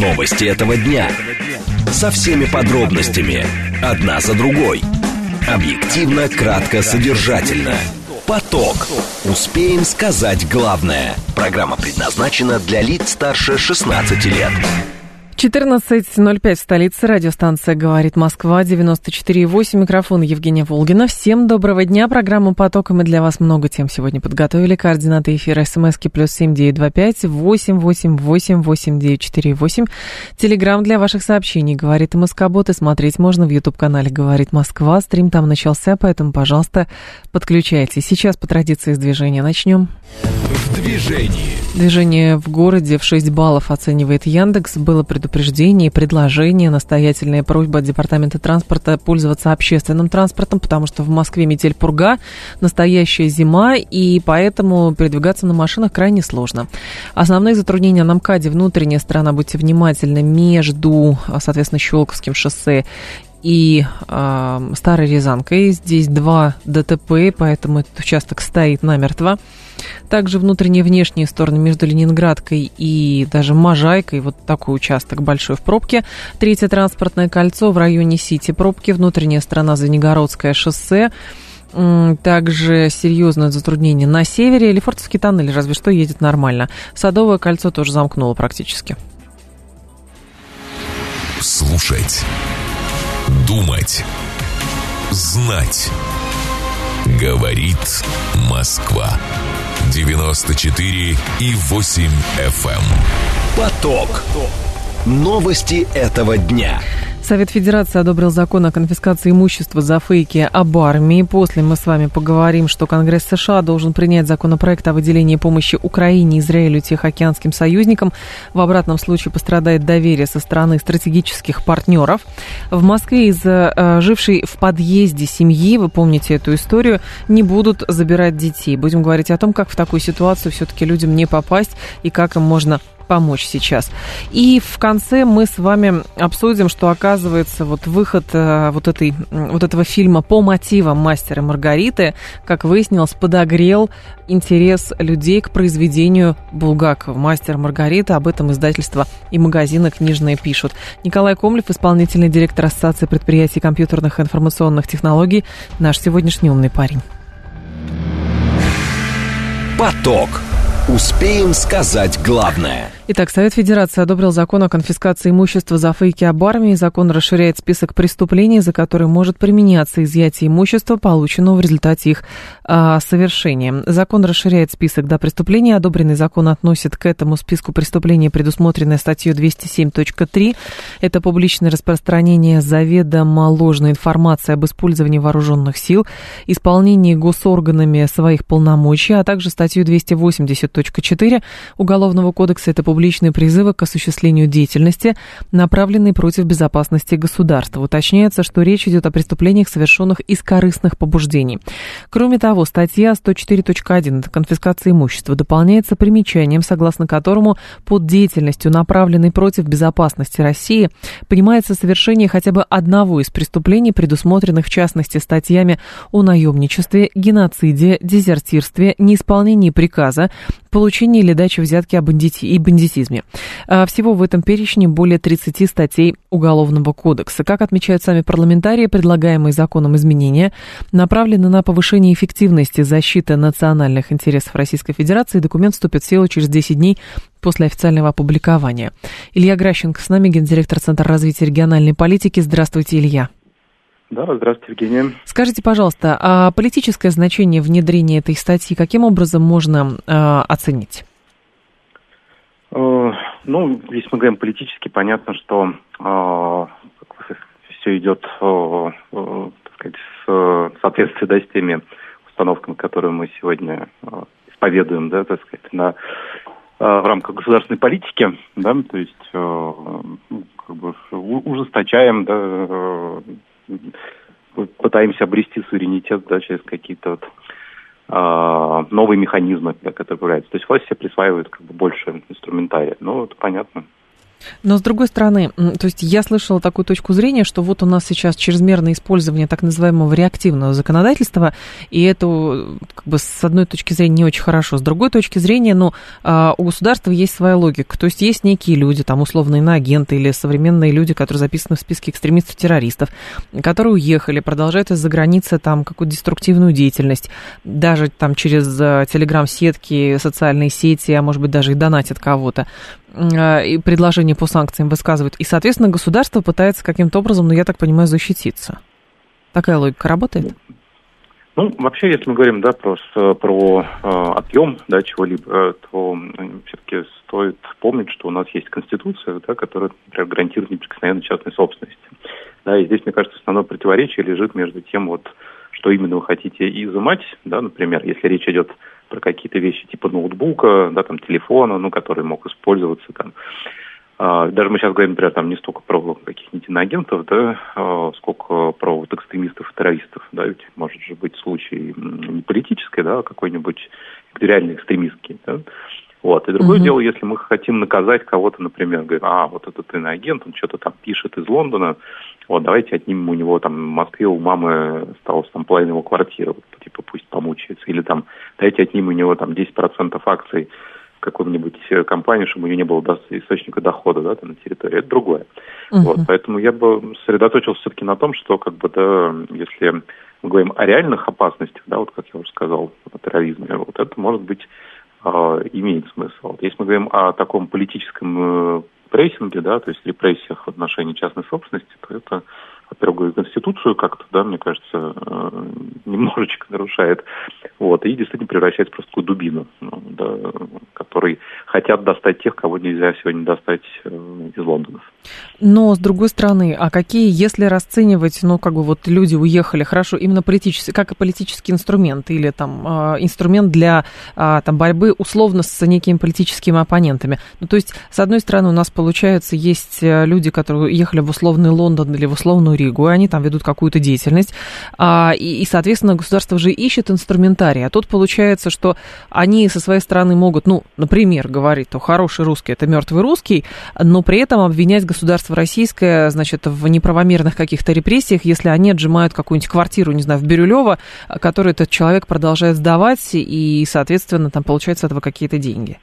Новости этого дня. Со всеми подробностями. Одна за другой. Объективно, кратко, содержательно. Поток. Успеем сказать главное. Программа предназначена для лиц старше 16 лет. 14:05 в столице. Радиостанция «Говорит Москва», 94,8. Микрофон Евгения Волгина. Всем доброго дня. Программу «Поток». Мы для вас много тем сегодня подготовили. Координаты эфира: смски +7 925 888 8948. Телеграм для ваших сообщений «Говорит МСК-бот». И смотреть можно в YouTube-канале «Говорит Москва». Стрим там начался, поэтому, пожалуйста, подключайтесь. Сейчас по традиции с движения начнем. В движении. Движение в городе в 6 баллов оценивает Яндекс. Было предупреждение и предложение, настоятельная просьба от Департамента транспорта пользоваться общественным транспортом, потому что в Москве метель, пурга, настоящая зима, и поэтому передвигаться на машинах крайне сложно. Основные затруднения на МКАДе: внутренняя сторона, будьте внимательны, между, соответственно, Щелковским шоссе и Старой Рязанкой. Здесь 2 ДТП, поэтому этот участок стоит намертво. Также внутренние и внешние стороны между Ленинградкой и даже Можайкой. Вот такой участок большой в пробке. 3-е транспортное кольцо в районе Сити пробки. Внутренняя сторона Звенигородское шоссе. Также серьезное затруднение на севере. Лефортовский тоннель разве что едет нормально. Садовое кольцо тоже замкнуло практически. Слушать. Думать. Знать. Говорит Москва. 94,8 FM. Поток. Новости этого дня. Совет Федерации одобрил закон о конфискации имущества за фейки об армии. После мы с вами поговорим, что Конгресс США должен принять законопроект о выделении помощи Украине, Израилю и Тихоокеанским союзникам. В обратном случае пострадает доверие со стороны стратегических партнеров. В Москве из жившей в подъезде семьи, вы помните эту историю, не будут забирать детей. Будем говорить о том, как в такую ситуацию все-таки людям не попасть и как им можно помочь сейчас. И в конце мы с вами обсудим, что, оказывается, вот выход вот этого фильма по мотивам «Мастера и Маргариты», как выяснилось, подогрел интерес людей к произведению Булгакова «Мастер и Маргарита». Об этом издательства и магазины книжные пишут. Николай Комлев, исполнительный директор Ассоциации предприятий компьютерных и информационных технологий, наш сегодняшний умный парень. Поток. Успеем сказать главное. Итак, Совет Федерации одобрил закон о конфискации имущества за фейки об армии. Закон расширяет список преступлений, за которые может применяться изъятие имущества, полученного в результате их совершения. Закон расширяет список до преступлений. Одобренный закон относит к этому списку преступлений, предусмотренные статьей 207.3. Это публичное распространение заведомо ложной информации об использовании вооруженных сил, исполнении госорганами своих полномочий, а также статью 280.4 Уголовного кодекса. Это публичные призывы к осуществлению деятельности, направленные против безопасности государства. Уточняется, что речь идет о преступлениях, совершенных из корыстных побуждений. Кроме того, статья 104.1 «Это конфискация имущества» дополняется примечанием, согласно которому под деятельностью, направленной против безопасности России, понимается совершение хотя бы одного из преступлений, предусмотренных в частности статьями о наемничестве, геноциде, дезертирстве, неисполнении приказа, получении или даче взятки и бандитизме. Всего в этом перечне более 30 статей Уголовного кодекса. Как отмечают сами парламентарии, предлагаемые законом изменения направлены на повышение эффективности защиты национальных интересов Российской Федерации. Документ вступит в силу через 10 дней после официального опубликования. Илья Гращенко с нами, гендиректор Центра развития региональной политики. Здравствуйте, Илья. Да, здравствуйте, Евгения. Скажите, пожалуйста, а политическое значение внедрения этой статьи каким образом можно оценить? Если мы говорим политически, понятно, что все идет в соответствии с теми установками, которые мы сегодня исповедуем, да, так сказать, в рамках государственной политики, да, то есть ужесточаем, да, пытаемся обрести суверенитет, да, через какие-то новые механизмы, которые появляются. То есть власть себе присваивает больше инструментария. Это понятно. Но, с другой стороны, то есть я слышала такую точку зрения, что вот у нас сейчас чрезмерное использование так называемого реактивного законодательства, и это, как бы, с одной точки зрения не очень хорошо. С другой точки зрения, у государства есть своя логика. То есть есть некие люди, там, условно, иноагенты или современные люди, которые записаны в списке экстремистов-террористов, которые уехали, продолжают из-за границы там какую-то деструктивную деятельность, даже там через телеграм-сетки, социальные сети, а может быть даже и донатят кого-то, и предложения по санкциям высказывают. И, соответственно, государство пытается каким-то образом, я так понимаю, защититься. Такая логика работает? Вообще, если мы говорим, про объем, чего-либо, то все-таки стоит помнить, что у нас есть Конституция, которая, например, гарантирует неприкосновенность частной собственности. И здесь, мне кажется, основное противоречие лежит между тем, что именно вы хотите изымать, например, если речь идет про какие-то вещи типа ноутбука, телефона, который мог использоваться там. Даже мы сейчас говорим, например, не столько про каких-нибудь иноагентов, сколько про экстремистов и террористов, ведь может же быть случай не политический, а какой-нибудь реально экстремистский, И другое дело, если мы хотим наказать кого-то, например, говорим, вот этот иноагент, он что-то там пишет из Лондона, давайте отнимем у него там в Москве у мамы осталось там половина его квартиры, пусть помучается, или там давайте отнимем у него там 10% акций какой-нибудь компании, чтобы у нее не было источника дохода, на территории. Это другое. Поэтому я бы сосредоточился все-таки на том, что если мы говорим о реальных опасностях, как я уже сказал, о терроризме, это может быть имеет смысл. Если мы говорим о таком политическом прессинге, то есть репрессиях в отношении частной собственности, то это, во-первых, Конституцию как-то, мне кажется, немножечко нарушает. И действительно превращается просто в такую дубину, которой хотят достать тех, кого нельзя сегодня достать из Лондона. Но, с другой стороны, а какие, если расценивать, люди уехали, хорошо, именно политически, как и политический инструмент, или там инструмент для борьбы условно с некими политическими оппонентами. То есть, с одной стороны, у нас, получается, есть люди, которые уехали в условный Лондон или в условную Ригу, и они там ведут какую-то деятельность, и, соответственно, государство же ищет инструментарий, а тут получается, что они со своей стороны могут, например, говорить, что хороший русский – это мертвый русский, но при этом обвинять государство российское, в неправомерных каких-то репрессиях, если они отжимают какую-нибудь квартиру, не знаю, в Бирюлево, которую этот человек продолжает сдавать, и, соответственно, там получаются с этого какие-то деньги.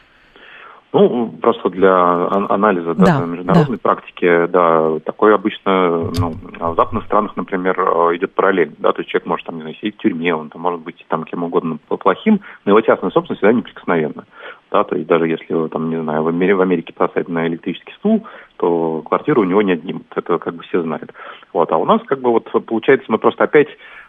Просто для анализа международной практики, такое обычно, в западных странах, например, идет параллель, то есть человек может сидеть в тюрьме, он может быть кем угодно плохим, но его частная собственность всегда неприкосновенна. То есть даже если, в Америке посадят на электрический стул, то квартиру у него не отнимут, это все знают. А у нас получается, мы просто опять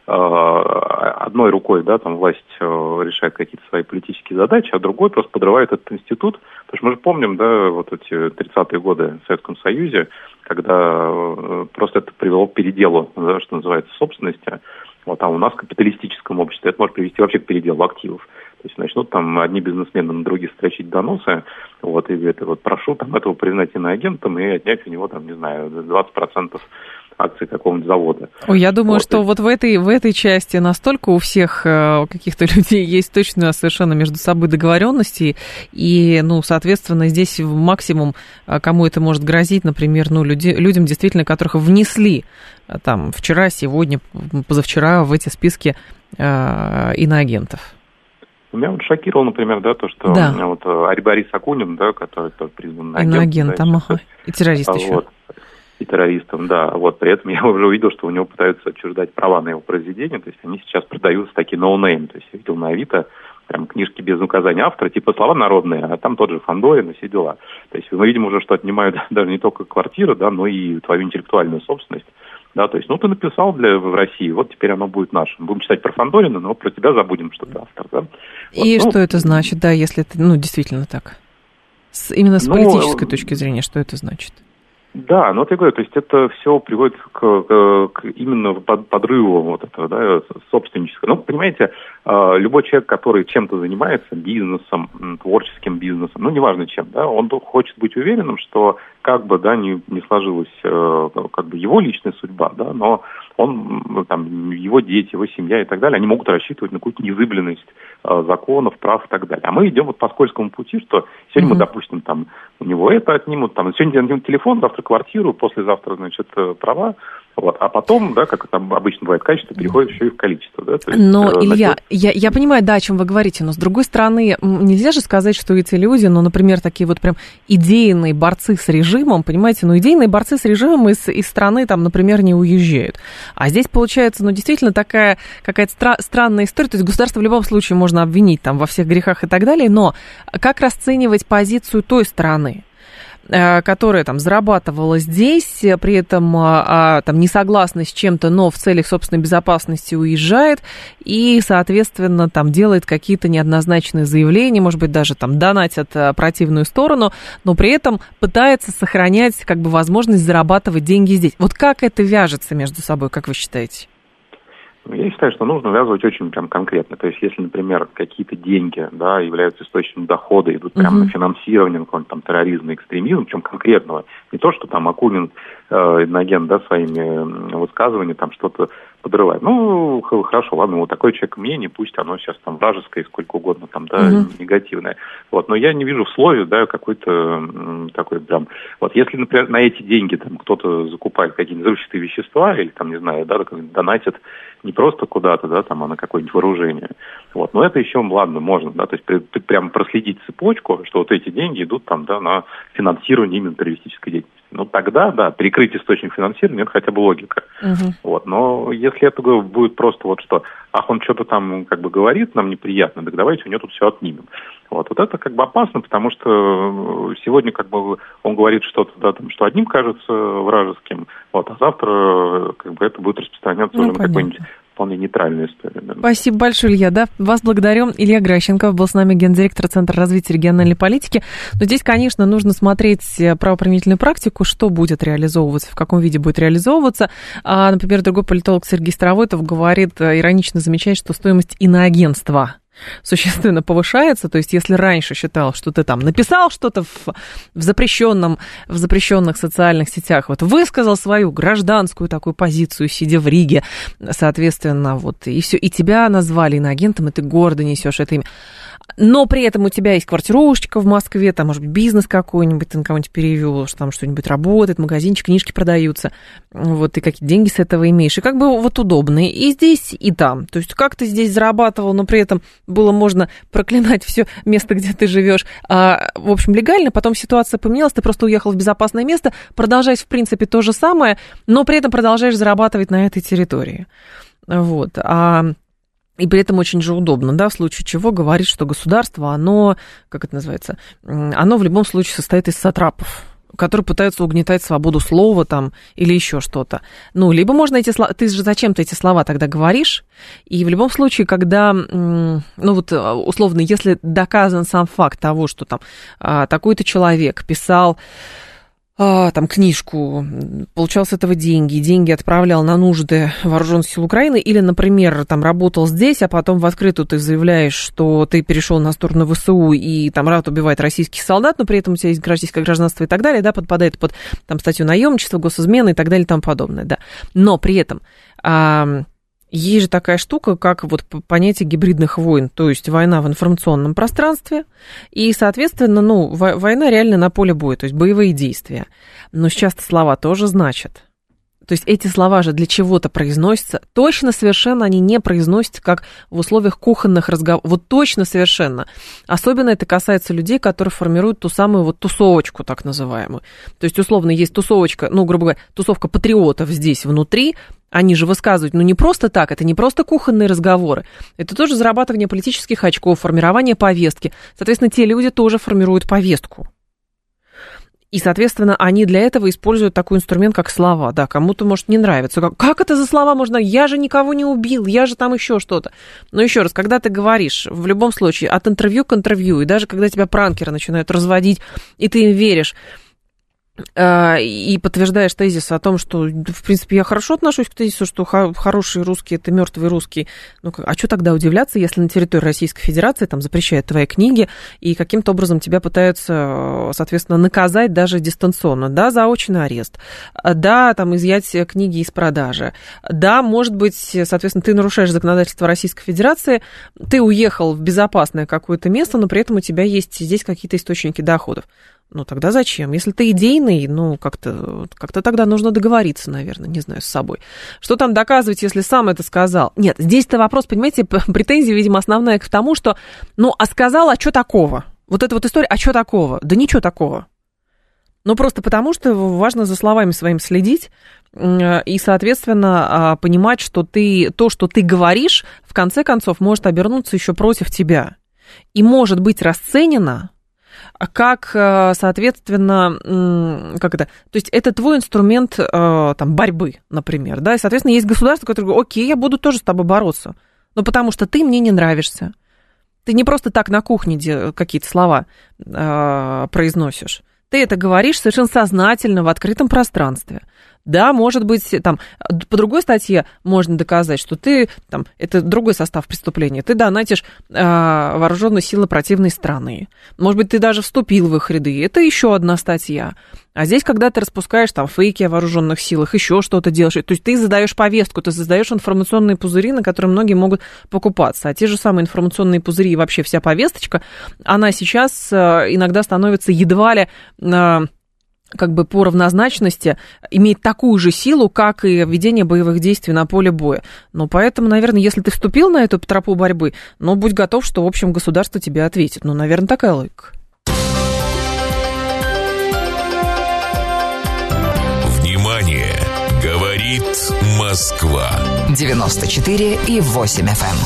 одной рукой, власть решает какие-то свои политические задачи, а другой просто подрывает этот институт. Потому что мы же помним, эти 30-е годы в Советском Союзе, когда просто это привело к переделу, что называется, собственности. А у нас в капиталистическом обществе это может привести вообще к переделу активов. То есть начнут одни бизнесмены на других строчить доносы, и говорят, прошу этого признать иноагентом и отнять у него, 20% акций какого-нибудь завода. Я думаю, что в этой части настолько у всех каких-то людей есть точно совершенно между собой договоренности, и, соответственно, здесь максимум, кому это может грозить, например, людям, действительно, которых внесли вчера, сегодня, позавчера в эти списки иноагентов. Меня шокировало, например, то, что Борис Акунин, который тоже признан иноагентом, и террорист еще. И террористом, При этом я уже увидел, что у него пытаются отчуждать права на его произведения, то есть они сейчас продаются такие no-name, то есть я видел на Авито прям книжки без указания автора, слова народные, а там тот же Фандорин и все дела. То есть мы видим уже, что отнимают даже не только квартиру, но и твою интеллектуальную собственность. То есть, ты написал в России, теперь оно будет нашим. Будем читать про Фандорина, но про тебя забудем, что ты автор, И что это значит, если это, действительно так? Именно с политической точки зрения, что это значит? Да, я говорю, то есть это все приводит к именно подрыву этого, собственнического. Понимаете, любой человек, который чем-то занимается, бизнесом, творческим бизнесом, неважно чем, он хочет быть уверенным, что как бы, да, не сложилась как бы его личная судьба, да, но он, там, его дети, его семья и так далее, они могут рассчитывать на какую-то незыблемость законов, прав и так далее. А мы идем вот по скользкому пути, что сегодня мы, допустим, там, у него это отнимут, там, сегодня отнимут телефон, завтра квартиру, послезавтра, значит, права. Вот. А потом, да, как это обычно бывает, качество переходит еще и в количество. Да? То есть, но, Илья, я понимаю, да, о чем вы говорите, но с другой стороны, нельзя же сказать, что эти люди, ну, например, такие вот прям идейные борцы с режимом, понимаете, ну, идейные борцы с режимом из страны, там, например, не уезжают. А здесь получается, ну, действительно такая какая-то странная история, то есть государство в любом случае можно обвинить там во всех грехах и так далее, но как расценивать позицию той стороны, которая там зарабатывала здесь, при этом там не согласна с чем-то, но в целях собственной безопасности уезжает и, соответственно, там делает какие-то неоднозначные заявления, может быть, даже там донатит противную сторону, но при этом пытается сохранять как бы возможность зарабатывать деньги здесь. Вот как это вяжется между собой, как вы считаете? Я считаю, что нужно увязывать очень прям конкретно. То есть, если, например, какие-то деньги, да, являются источником дохода, идут прямо на финансирование, на какой-то там терроризм и экстремизм, причем конкретного. Не то, что там Акунин, иноагент, да, своими высказываниями там что-то подрывает. Ну, хорошо, ладно, вот такое человек мнение, пусть оно сейчас там вражеское, сколько угодно там, да, негативное. Вот, но я не вижу в слове, да, какой-то такой прям... Вот, если, например, на эти деньги там кто-то закупает какие-нибудь взрывчатые вещества или там, не знаю, да, донатит не просто куда-то, да, там, а на какое-нибудь вооружение. Вот, но это еще, ладно, можно, да, то есть прямо проследить цепочку, что вот эти деньги идут там, да, на финансирование именно террористической деятельности. Ну, тогда, да, перекрыть источник финансирования, это хотя бы логика. Вот, но если это будет просто вот что, ах, он что-то там как бы говорит, нам неприятно, так давайте у него тут все отнимем. Вот это как бы опасно, потому что сегодня как бы он говорит что-то, да, там, что одним кажется вражеским, вот, а завтра как бы это будет распространяться уже на какой-нибудь вполне нейтральную историю. Да. Спасибо большое, Илья. Да, вас благодарю. Илья Гращенков был с нами, гендиректор Центра развития региональной политики. Но здесь, конечно, нужно смотреть правоприменительную практику, что будет реализовываться, в каком виде будет реализовываться. Например, другой политолог Сергей Старовойтов говорит, иронично замечает, что стоимость иноагентства существенно повышается, то есть если раньше считал, что ты там написал что-то в запрещенных социальных сетях, вот высказал свою гражданскую такую позицию, сидя в Риге, соответственно, вот и все, и тебя назвали иноагентом, и ты гордо несешь это имя. Но при этом у тебя есть квартирушечка в Москве, там, может быть, бизнес какой-нибудь, ты на кого-нибудь перевел, что там что-нибудь работает, магазинчик, книжки продаются, вот, ты какие деньги с этого имеешь, и как бы вот удобные и здесь, и там, то есть как ты здесь зарабатывал, но при этом было можно проклинать все место, где ты живешь, в общем, легально, потом ситуация поменялась, ты просто уехал в безопасное место, продолжаешь, в принципе, то же самое, но при этом продолжаешь зарабатывать на этой территории, вот, и при этом очень же удобно, да, в случае чего говорит, что государство, оно, как это называется, оно в любом случае состоит из сатрапов, которые пытаются угнетать свободу слова там или еще что-то. Ну, либо можно эти слова, ты же зачем-то эти слова тогда говоришь, и в любом случае, когда, ну вот условно, если доказан сам факт того, что там такой-то человек писал там книжку, получал с этого деньги отправлял на нужды вооруженных сил Украины, или, например, там работал здесь, а потом в открытую ты заявляешь, что ты перешел на сторону ВСУ и там рад убивать российских солдат, но при этом у тебя есть российское гражданство и так далее, да, подпадает под там статью наемничества, госизмены и так далее и тому подобное, да. Но при этом есть же такая штука, как вот понятие гибридных войн, то есть война в информационном пространстве, и, соответственно, ну, война реально на поле боя, то есть боевые действия. Но сейчас слова тоже значат. То есть эти слова же для чего-то произносятся, точно совершенно они не произносятся, как в условиях кухонных разговоров, вот точно совершенно. Особенно это касается людей, которые формируют ту самую вот тусовочку, так называемую. То есть, условно, есть тусовочка, ну, грубо говоря, тусовка патриотов здесь внутри, они же высказывают, ну, не просто так, это не просто кухонные разговоры, это тоже зарабатывание политических очков, формирование повестки. Соответственно, те люди тоже формируют повестку. И, соответственно, они для этого используют такой инструмент, как слова. Да, кому-то, может, не нравится. Как это за слова можно? Я же никого не убил, я же там еще что-то. Но еще раз, когда ты говоришь, в любом случае, от интервью к интервью, и даже когда тебя пранкеры начинают разводить, и ты им веришь, и подтверждаешь тезис о том, что, в принципе, я хорошо отношусь к тезису, что хорошие русские – это мертвые русские. Ну, а что тогда удивляться, если на территории Российской Федерации там запрещают твои книги и каким-то образом тебя пытаются, соответственно, наказать даже дистанционно? Да, заочный арест, да, там, изъять книги из продажи, да, может быть, соответственно, ты нарушаешь законодательство Российской Федерации, ты уехал в безопасное какое-то место, но при этом у тебя есть здесь какие-то источники доходов. Ну, тогда зачем? Если ты идейный, ну, как-то тогда нужно договориться, наверное, не знаю, с собой. Что там доказывать, если сам это сказал? Нет, здесь-то вопрос, понимаете, претензия, видимо, основная к тому, что, ну, а сказал, а что такого? Вот эта вот история, а что такого? Да ничего такого. Ну, просто потому, что важно за словами своими следить и, соответственно, понимать, что то, что ты говоришь, в конце концов, может обернуться еще против тебя. И может быть расценено как, соответственно, как это, то есть это твой инструмент там, борьбы, например, да, и, соответственно, есть государство, которое говорит, окей, я буду тоже с тобой бороться, но потому что ты мне не нравишься. Ты не просто так на кухне какие-то слова произносишь, ты это говоришь совершенно сознательно в открытом пространстве. Да, может быть, там, по другой статье можно доказать, что ты, там, это другой состав преступления, ты донатишь вооруженные силы противной страны. Может быть, ты даже вступил в их ряды, это еще одна статья. А здесь, когда ты распускаешь там фейки о вооруженных силах, еще что-то делаешь, то есть ты задаешь повестку, ты создаешь информационные пузыри, на которые многие могут покупаться. А те же самые информационные пузыри и вообще вся повесточка, она сейчас иногда становится едва ли как бы по равнозначности имеет такую же силу, как и ведение боевых действий на поле боя. Но поэтому, наверное, если ты вступил на эту тропу борьбы, ну, будь готов, что, в общем, государство тебе ответит. Ну, наверное, такая логика. Внимание! Говорит Москва. 94,8 FM.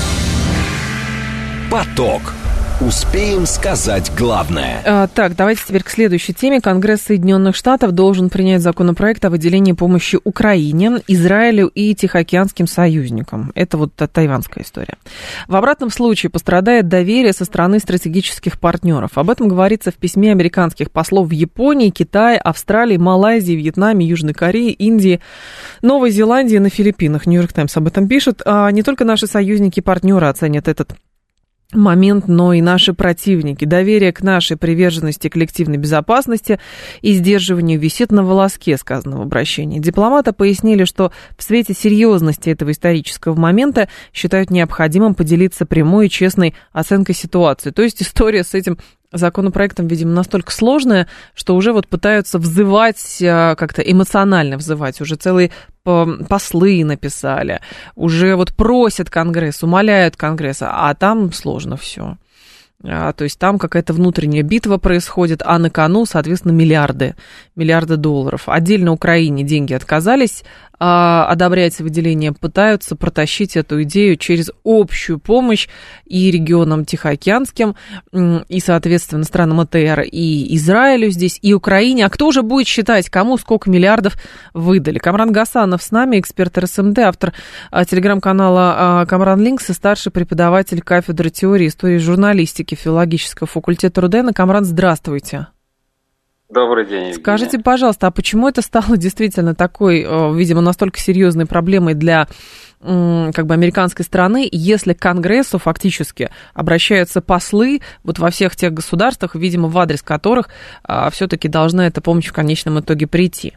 Поток. Успеем сказать главное. Так, давайте теперь к следующей теме. Конгресс Соединенных Штатов должен принять законопроект о выделении помощи Украине, Израилю и Тихоокеанским союзникам. Это вот тайванская история. В обратном случае пострадает доверие со стороны стратегических партнеров. Об этом говорится в письме американских послов в Японии, Китае, Австралии, Малайзии, Вьетнаме, Южной Корее, Индии, Новой Зеландии, на Филиппинах. Нью-Йорк Таймс об этом пишет. А не только наши союзники и партнеры оценят этот момент, но и наши противники. Доверие к нашей приверженности коллективной безопасности и сдерживанию висит на волоске, сказано в обращении. Дипломаты пояснили, что в свете серьезности этого исторического момента считают необходимым поделиться прямой и честной оценкой ситуации. То есть история с этим законопроектом, видимо, настолько сложная, что уже вот пытаются взывать, как-то эмоционально взывать, уже целые послы написали, уже вот просят Конгресс, умоляют Конгресс, а там сложно все. То есть там какая-то внутренняя битва происходит, а на кону, соответственно, миллиарды долларов. Отдельно Украине деньги отказались одобрять выделение, пытаются протащить эту идею через общую помощь и регионам Тихоокеанским, и, соответственно, странам АТР, и Израилю здесь, и Украине. А кто же будет считать, кому сколько миллиардов выдали? Камран Гасанов с нами, эксперт РСМД, автор телеграм-канала Камран Линкс и старший преподаватель кафедры теории и истории журналистики филологического факультета РУДН. Камран, здравствуйте. Добрый день, Евгения. Скажите, пожалуйста, а почему это стало действительно такой, видимо, настолько серьезной проблемой для как бы американской стороны, если к Конгрессу фактически обращаются послы вот во всех тех государствах, видимо, в адрес которых все-таки должна эта помощь в конечном итоге прийти?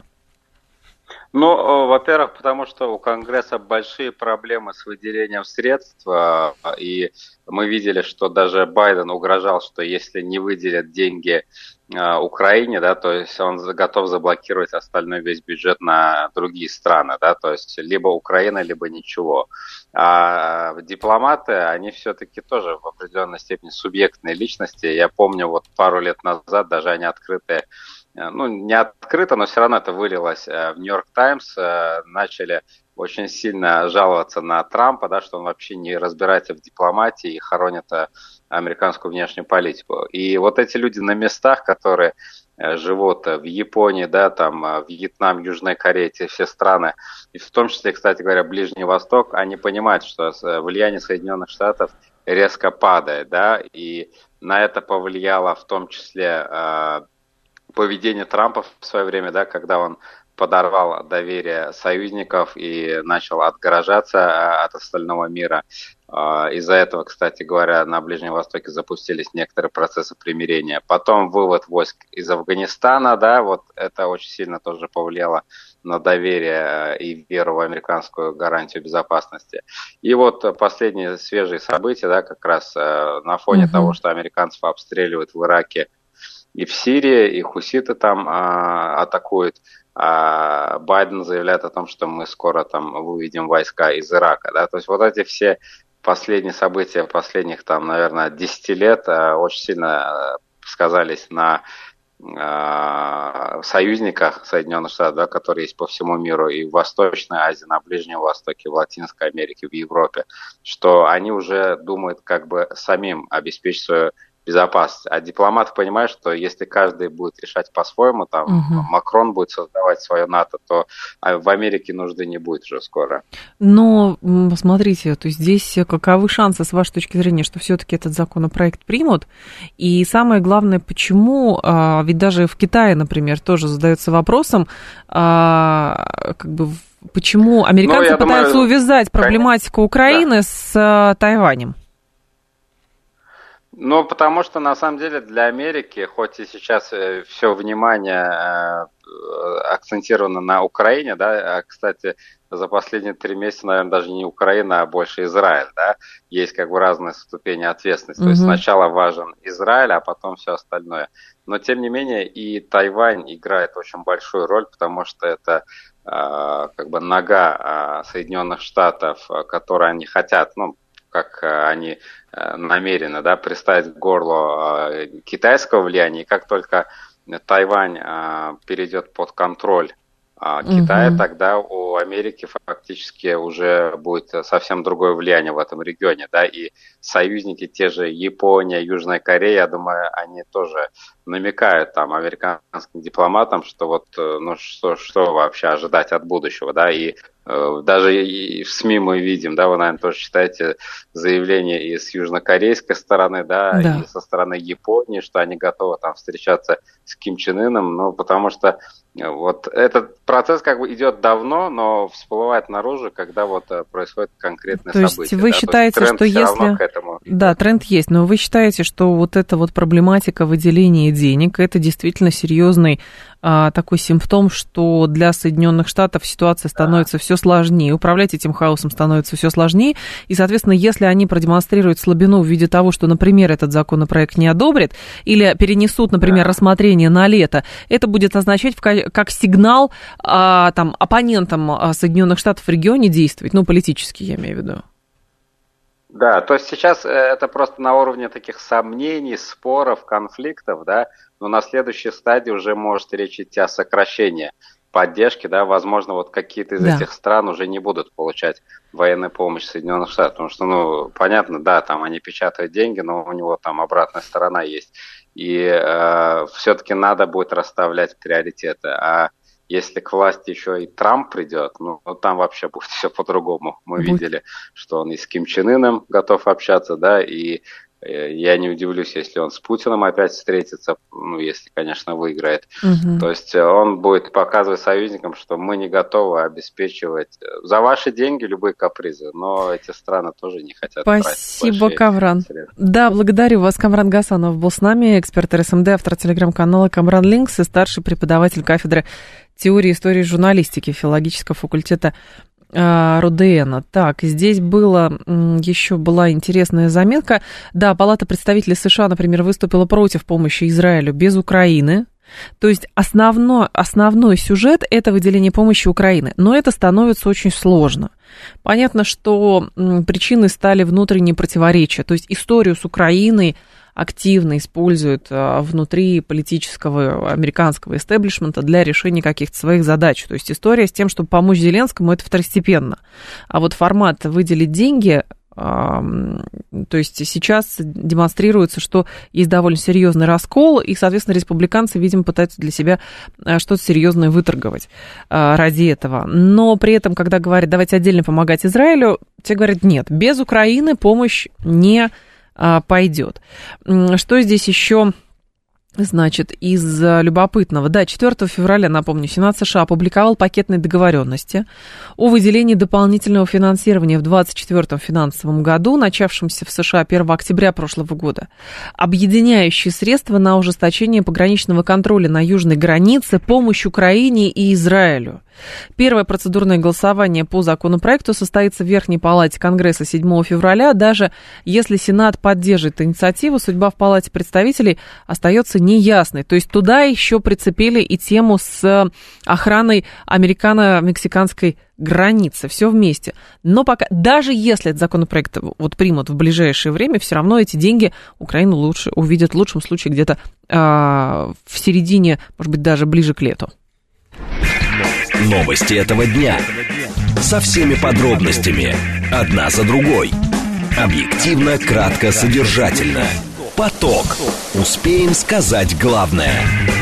Ну, во-первых, потому что у Конгресса большие проблемы с выделением средств, и мы видели, что даже Байден угрожал, что если не выделят деньги Украине, да, то есть он готов заблокировать остальной весь бюджет на другие страны, да, то есть либо Украина, либо ничего. А дипломаты, они все-таки тоже в определенной степени субъектные личности. Я помню, вот пару лет назад даже они открытые, ну, не открыто, но все равно это вылилось в Нью-Йорк Таймс, начали очень сильно жаловаться на Трампа, да, что он вообще не разбирается в дипломатии и хоронит американскую внешнюю политику. И вот эти люди на местах, которые живут в Японии, да, там, Вьетнам, Южная Корея, эти все страны, и в том числе, кстати говоря, Ближний Восток, они понимают, что влияние Соединенных Штатов резко падает, да, и на это повлияло в том числе поведение Трампа в свое время, да, когда он подорвал доверие союзников и начал отгорожаться от остального мира. Из-за этого, кстати говоря, на Ближнем Востоке запустились некоторые процессы примирения. Потом вывод войск из Афганистана, да, вот это очень сильно тоже повлияло на доверие и веру в американскую гарантию безопасности. И вот последние свежие события, да, как раз на фоне того, что американцев обстреливают в Ираке и в Сирии, и хуситы там атакуют, Байден заявляет о том, что мы скоро там выведем войска из Ирака. Да? То есть вот эти все последние события последних, там, наверное, 10 лет очень сильно сказались на союзниках Соединенных Штатов, да, которые есть по всему миру, и в Восточной Азии, на Ближнем Востоке, в Латинской Америке, в Европе, что они уже думают как бы самим обеспечить свою безопасность. А дипломаты понимают, что если каждый будет решать по-своему, там Макрон будет создавать свое НАТО, то в Америке нужды не будет уже скоро. Но смотрите, то есть здесь каковы шансы, с вашей точки зрения, что все-таки этот законопроект примут? И самое главное, почему, ведь даже в Китае, например, тоже задается вопросом, как бы, почему американцы пытаются увязать проблематику Украины с Тайванем? Ну, потому что, на самом деле, для Америки, хоть и сейчас все внимание акцентировано на Украине, да, кстати, за последние 3 месяца, наверное, даже не Украина, а больше Израиль, да, есть как бы разные ступени ответственности. То есть сначала важен Израиль, а потом все остальное. Но, тем не менее, и Тайвань играет очень большую роль, потому что это как бы нога Соединенных Штатов, которые они хотят, ну, как они намерены, да, приставить к горлу китайского влияния. И как только Тайвань перейдет под контроль Китая, тогда у Америки фактически уже будет совсем другое влияние в этом регионе, да, и союзники, те же Япония, Южная Корея, я думаю, они тоже намекают там американским дипломатам, что вот, ну, что вообще ожидать от будущего, да, и даже и в СМИ мы видим, да, вы, наверное, тоже читаете заявления и с южнокорейской стороны, да, и со стороны Японии, что они готовы там встречаться с Ким Чен Ыном, ну, потому что вот этот процесс как бы идет давно, но всплывает наружу, когда вот происходит конкретное событие. То есть вы считаете, что если... Да, тренд есть, но вы считаете, что вот эта вот проблематика выделения денег, это действительно серьезный такой симптом, что для Соединенных Штатов ситуация становится все сложнее, управлять этим хаосом становится все сложнее, и, соответственно, если они продемонстрируют слабину в виде того, что, например, этот законопроект не одобрят или перенесут, например, рассмотрение на лето, это будет означать как сигнал там, оппонентам Соединенных Штатов в регионе действовать, ну, политически, я имею в виду. Да, то есть сейчас это просто на уровне таких сомнений, споров, конфликтов, да, но на следующей стадии уже может речь идти о сокращении поддержки, да, возможно, вот какие-то из этих стран уже не будут получать военную помощь Соединенных Штатов, потому что, ну, понятно, да, там они печатают деньги, но у него там обратная сторона есть, и все-таки надо будет расставлять приоритеты, а если к власти еще и Трамп придет, ну там вообще будет все по-другому. Мы видели, что он и с Ким Чен Ыном готов общаться, да, и я не удивлюсь, если он с Путиным опять встретится, ну, если, конечно, выиграет. То есть он будет показывать союзникам, что мы не готовы обеспечивать за ваши деньги любые капризы, но эти страны тоже не хотят. Спасибо, Камран. Да, благодарю вас. Камран Гасанов был с нами, эксперт РСМД, автор телеграм-канала Камран Линкс и старший преподаватель кафедры теории истории журналистики филологического факультета РУДН. Так, здесь была интересная заметка. Да, Палата представителей США, например, выступила против помощи Израилю без Украины. То есть основной сюжет – это выделение помощи Украины. Но это становится очень сложно. Понятно, что причиной стали внутренние противоречия. То есть историю с Украиной активно используют внутри политического американского истеблишмента для решения каких-то своих задач. То есть история с тем, чтобы помочь Зеленскому, это второстепенно. А вот формат выделить деньги, то есть сейчас демонстрируется, что есть довольно серьезный раскол, и, соответственно, республиканцы, видимо, пытаются для себя что-то серьезное выторговать ради этого. Но при этом, когда говорят, давайте отдельно помогать Израилю, те говорят, нет, без Украины помощь не пойдет. Что здесь еще Значит, из любопытного. Да, 4 февраля, напомню, Сенат США опубликовал пакетные договоренности о выделении дополнительного финансирования в 2024 финансовом году, начавшемся в США 1 октября прошлого года, объединяющие средства на ужесточение пограничного контроля на южной границе, помощь Украине и Израилю. Первое процедурное голосование по законопроекту состоится в Верхней палате Конгресса 7 февраля. Даже если Сенат поддержит инициативу, судьба в Палате представителей остается неясной. То есть туда еще прицепили и тему с охраной американо-мексиканской границы. Все вместе. Но пока, даже если этот законопроект вот примут в ближайшее время, все равно эти деньги Украину лучше увидят в лучшем случае где-то в середине, может быть, даже ближе к лету. Новости этого дня. Со всеми подробностями. Одна за другой. Объективно, кратко, содержательно. Поток. Успеем сказать главное.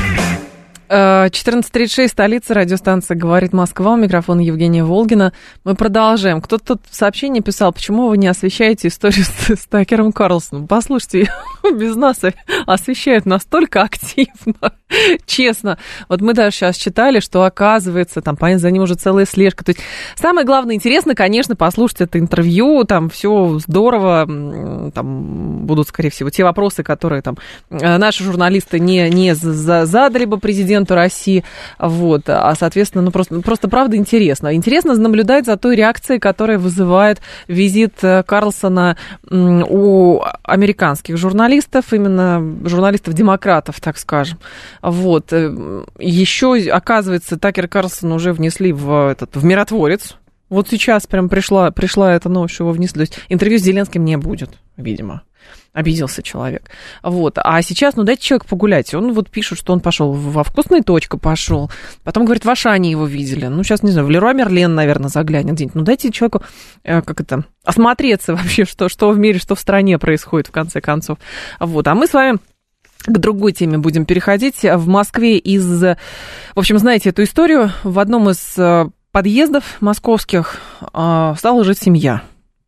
14:36, столица, радиостанция «Говорит Москва», у микрофона Евгения Волгина. Мы продолжаем. Кто-то тут сообщение писал, почему вы не освещаете историю с Такером Карлсоном. Послушайте, без нас освещают настолько активно, честно. Вот мы даже сейчас читали, что оказывается, там, понятно, за ним уже целая слежка. То есть самое главное, интересно, конечно, послушать это интервью, там все здорово, там будут, скорее всего, те вопросы, которые там наши журналисты не задали бы президенту России, вот, а, соответственно, ну, просто правда интересно. Интересно наблюдать за той реакцией, которая вызывает визит Карлсона у американских журналистов, именно журналистов-демократов, так скажем. Вот. Еще, оказывается, Такер Карлсон уже внесли в миротворец. Вот сейчас прям пришла эта новость, что его внесли. То есть интервью с Зеленским не будет, видимо. Обиделся человек. Вот. А сейчас, ну, дайте человеку погулять. Он вот пишет, что он пошел во «Вкусная точка», пошел. Потом, говорит, в Ашане его видели. Ну, сейчас, не знаю, в Леруа Мерлен, наверное, заглянет где-нибудь. Ну, дайте человеку, осмотреться вообще, что в мире, что в стране происходит, в конце концов. Вот. А мы с вами к другой теме будем переходить. В Москве в общем, знаете эту историю. В одном из подъездов московских стала жить семья.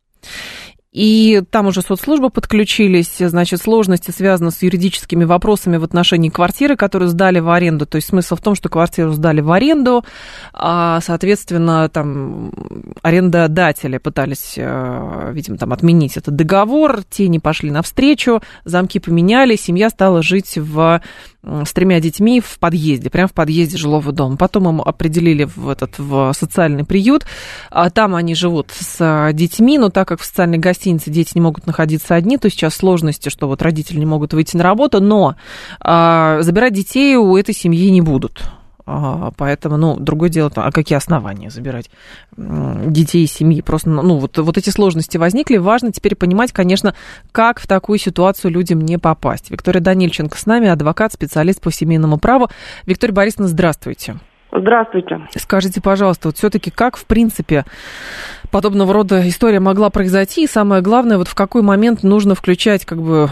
И там уже соцслужбы подключились, значит, сложности связаны с юридическими вопросами в отношении квартиры, которую сдали в аренду. То есть смысл в том, что квартиру сдали в аренду, а, соответственно, там арендодатели пытались, видимо, там отменить этот договор, те не пошли навстречу, замки поменяли, семья стала жить с 3 детьми в подъезде, прямо в подъезде жилого дома. Потом им определили в социальный приют. Там они живут с детьми, но так как в социальной гостинице дети не могут находиться одни, то сейчас сложности, что вот родители не могут выйти на работу, но забирать детей у этой семьи не будут. Поэтому, ну, другое дело, а какие основания забирать детей из семьи? Просто, ну, вот эти сложности возникли. Важно теперь понимать, конечно, как в такую ситуацию людям не попасть. Виктория Данильченко с нами, адвокат, специалист по семейному праву. Виктория Борисовна, здравствуйте. Здравствуйте. Скажите, пожалуйста, вот все-таки как, в принципе, подобного рода история могла произойти, и самое главное, вот в какой момент нужно включать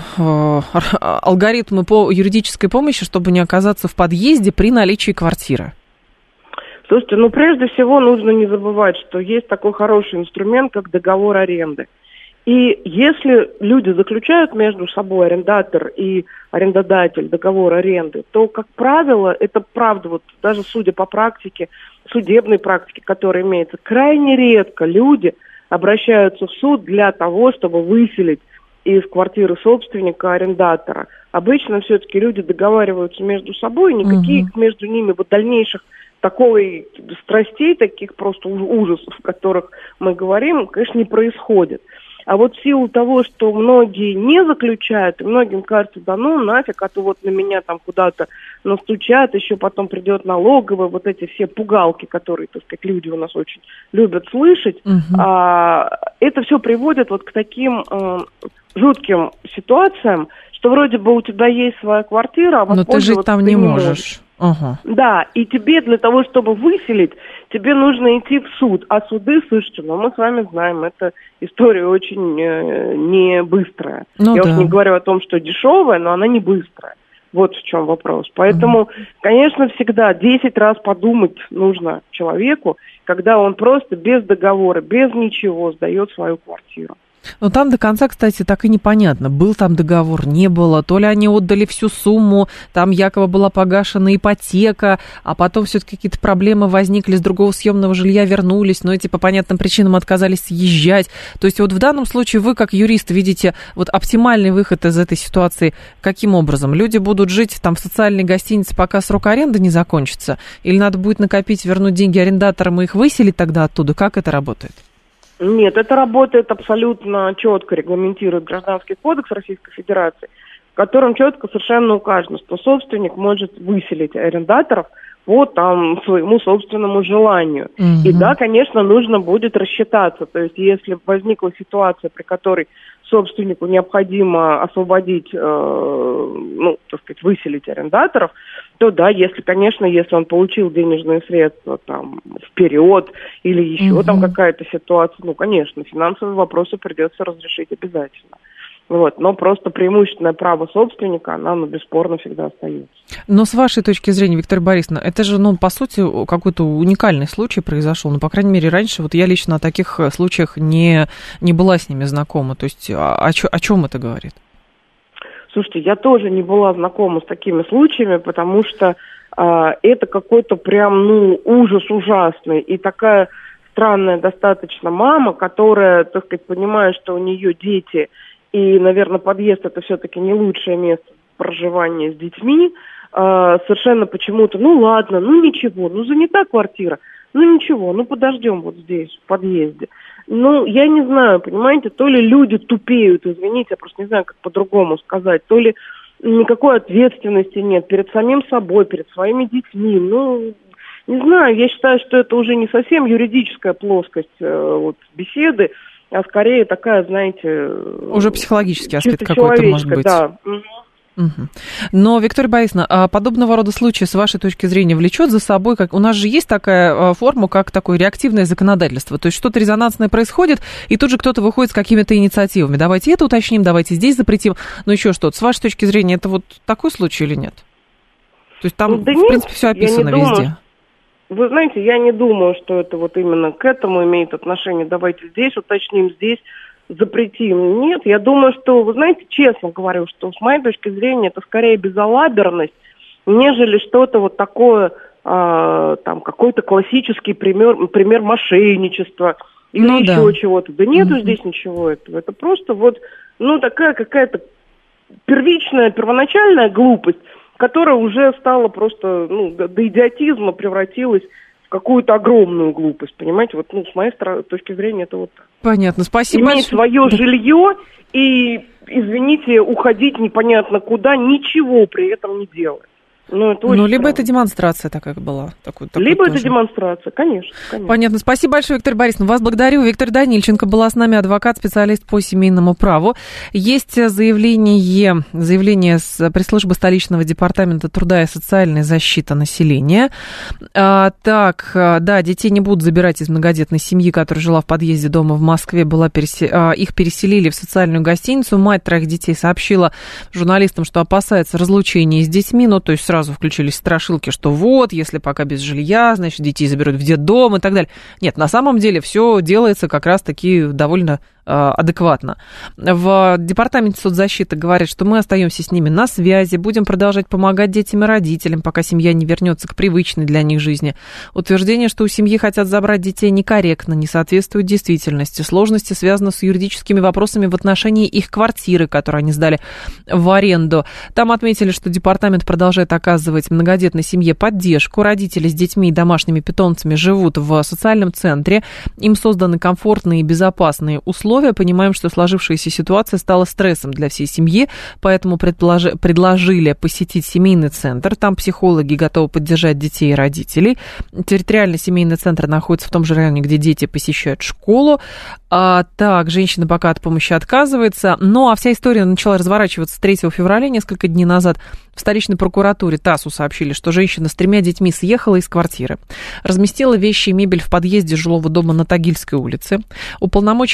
алгоритмы по юридической помощи, чтобы не оказаться в подъезде при наличии квартиры? Слушайте, ну прежде всего нужно не забывать, что есть такой хороший инструмент, как договор аренды. И если люди заключают между собой, арендатор и арендодатель, договор аренды, то, как правило, это правда, вот даже судя по практике, судебной практике, которая имеется, крайне редко люди обращаются в суд для того, чтобы выселить из квартиры собственника арендатора. Обычно все-таки люди договариваются между собой, никаких между ними вот дальнейших такой страстей, таких просто ужасов, о которых мы говорим, конечно, не происходит. А вот в силу того, что многие не заключают, и многим кажется, да ну нафиг, а то вот на меня там куда-то настучат, еще потом придет налоговая, вот эти все пугалки, которые, так сказать, люди у нас очень любят слышать, это все приводит вот к таким жутким ситуациям, что вроде бы у тебя есть своя квартира, а но ты жить там не можешь. Да, и тебе для того, чтобы выселить, тебе нужно идти в суд. А суды, слышите, мы с вами знаем, эта история очень не быстрая. Я уж не говорю о том, что дешевая, но она не быстрая. Вот в чем вопрос. Поэтому, конечно, всегда 10 раз подумать нужно человеку, когда он просто без договора, без ничего сдает свою квартиру. Но там до конца, кстати, так и непонятно, был там договор, не было, то ли они отдали всю сумму, там якобы была погашена ипотека, а потом все-таки какие-то проблемы возникли, с другого съемного жилья вернулись, но эти по понятным причинам отказались съезжать. То есть вот в данном случае вы, как юрист, видите вот оптимальный выход из этой ситуации каким образом? Люди будут жить там в социальной гостинице, пока срок аренды не закончится? Или надо будет накопить, вернуть деньги арендаторам и их выселить тогда оттуда? Как это работает? Нет, это работает абсолютно четко, регламентирует Гражданский кодекс Российской Федерации, в котором четко совершенно указано, что собственник может выселить арендаторов по там своему собственному желанию. Mm-hmm. И да, конечно, нужно будет рассчитаться. То есть, если возникла ситуация, при которой собственнику необходимо освободить, выселить арендаторов, то да, если он получил денежные средства там вперед или еще там какая-то ситуация, конечно, финансовые вопросы придется разрешить обязательно. Но просто преимущественное право собственника, оно бесспорно всегда остается. Но с вашей точки зрения, Виктория Борисовна, это же, по сути, какой-то уникальный случай произошел. По крайней мере, раньше я лично о таких случаях не была с ними знакома. То есть о чем это говорит? Слушайте, я тоже не была знакома с такими случаями, потому что это какой-то прям, ужас ужасный. И такая странная достаточно мама, которая, понимает, что у нее дети... И, наверное, подъезд это все-таки не лучшее место проживания с детьми. Совершенно почему-то, ладно, ничего, занята квартира, ничего, подождем вот здесь, в подъезде. Я не знаю, понимаете, то ли люди тупеют, извините, я просто не знаю, как по-другому сказать, то ли никакой ответственности нет перед самим собой, перед своими детьми. Не знаю, я считаю, что это уже не совсем юридическая плоскость беседы, а скорее такая, знаете... Уже психологический аспект какой-то, может быть. Да. Угу. Но, Виктория Борисовна, подобного рода случаи, с вашей точки зрения, влечет за собой, у нас же есть такая форма, как такое реактивное законодательство, то есть что-то резонансное происходит, и тут же кто-то выходит с какими-то инициативами. Давайте это уточним, давайте здесь запретим, еще что-то. С вашей точки зрения, это такой случай или нет? То есть там, в принципе, все описано везде. Вы знаете, я не думаю, что это именно к этому имеет отношение. Давайте здесь уточним, здесь запретим. Нет, я думаю, что, вы знаете, честно говорю, что с моей точки зрения это скорее безалаберность, нежели что-то такое, какой-то классический пример мошенничества или еще чего-то. Да нету здесь ничего этого. Это просто такая какая-то первоначальная глупость, которая уже стала просто, до идиотизма превратилась в какую-то огромную глупость, понимаете? С моей точки зрения, это так. Понятно, спасибо большое. Иметь свое жилье и, извините, уходить непонятно куда, ничего при этом не делать. Либо это демонстрация такая была. Либо это демонстрация, конечно. Понятно. Спасибо большое, Виктория Борисовна. Вас благодарю. Виктория Данильченко была с нами, адвокат, специалист по семейному праву. Есть заявление с пресс-службы столичного департамента труда и социальной защиты населения. Детей не будут забирать из многодетной семьи, которая жила в подъезде дома в Москве. Их переселили в социальную гостиницу. Мать 3 детей сообщила журналистам, что опасается разлучения с детьми, то есть сразу включились страшилки, что если пока без жилья, значит, детей заберут в детдом и так далее. Нет, на самом деле все делается как раз-таки довольно адекватно. В департаменте соцзащиты говорят, что мы остаемся с ними на связи, будем продолжать помогать детям и родителям, пока семья не вернется к привычной для них жизни. Утверждение, что у семьи хотят забрать детей, некорректно, не соответствует действительности. Сложности связаны с юридическими вопросами в отношении их квартиры, которую они сдали в аренду. Там отметили, что департамент продолжает оказывать многодетной семье поддержку. Родители с детьми и домашними питомцами живут в социальном центре. Им созданы комфортные и безопасные условия. Понимаем, что сложившаяся ситуация стала стрессом для всей семьи, поэтому предложили посетить семейный центр. Там психологи готовы поддержать детей и родителей. Территориальный семейный центр находится в том же районе, где дети посещают школу. Женщина пока от помощи отказывается. А вся история начала разворачиваться 3 февраля, несколько дней назад. В столичной прокуратуре ТАССу сообщили, что женщина с 3 детьми съехала из квартиры, разместила вещи и мебель в подъезде жилого дома на Тагильской улице. Уполномоченный по правам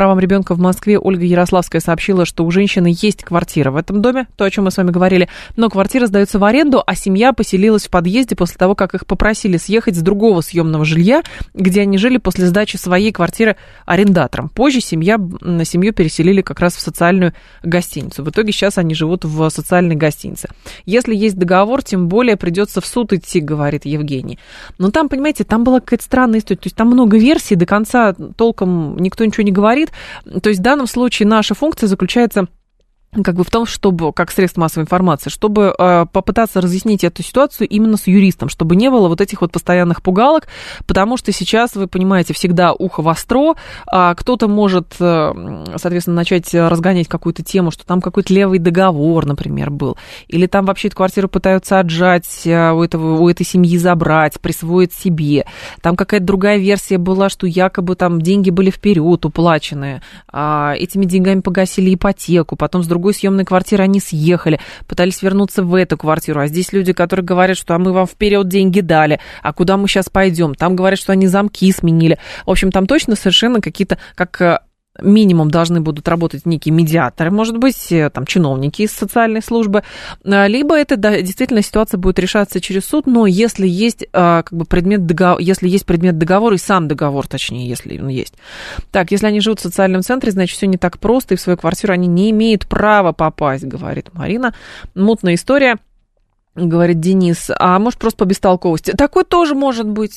правам ребенка в Москве Ольга Ярославская сообщила, что у женщины есть квартира в этом доме, то, о чем мы с вами говорили, но квартира сдается в аренду, а семья поселилась в подъезде после того, как их попросили съехать с другого съемного жилья, где они жили после сдачи своей квартиры арендатором. Позже семью переселили как раз в социальную гостиницу. В итоге сейчас они живут в социальной гостинице. Если есть договор, тем более придется в суд идти, говорит Евгений. Но там, понимаете, там была какая-то странная история. То есть там много версий, до конца толком никто ничего не говорит. То есть в данном случае наша функция заключается как бы в том, чтобы, как средство массовой информации, чтобы попытаться разъяснить эту ситуацию именно с юристом, чтобы не было вот этих вот постоянных пугалок, потому что сейчас, вы понимаете, всегда ухо востро, кто-то может, соответственно, начать разгонять какую-то тему, что там какой-то левый договор, например, был, или там вообще эту квартиру пытаются отжать, у этой семьи забрать, присвоить себе, там какая-то другая версия была, что якобы там деньги были вперед уплачены, этими деньгами погасили ипотеку, потом с другой съемной квартиры они съехали, пытались вернуться в эту квартиру, а здесь люди, которые говорят, что мы вам вперед деньги дали, а куда мы сейчас пойдем? Там говорят, что они замки сменили. В общем, там точно совершенно какие-то, как минимум должны будут работать некие медиаторы, может быть, там, чиновники из социальной службы, либо это действительно ситуация будет решаться через суд, но если есть как бы предмет договора, и сам договор, точнее, если он есть. Так, если они живут в социальном центре, значит, все не так просто, и в свою квартиру они не имеют права попасть, говорит Марина. Мутная история. Говорит Денис, а может просто по бестолковости. Такое тоже может быть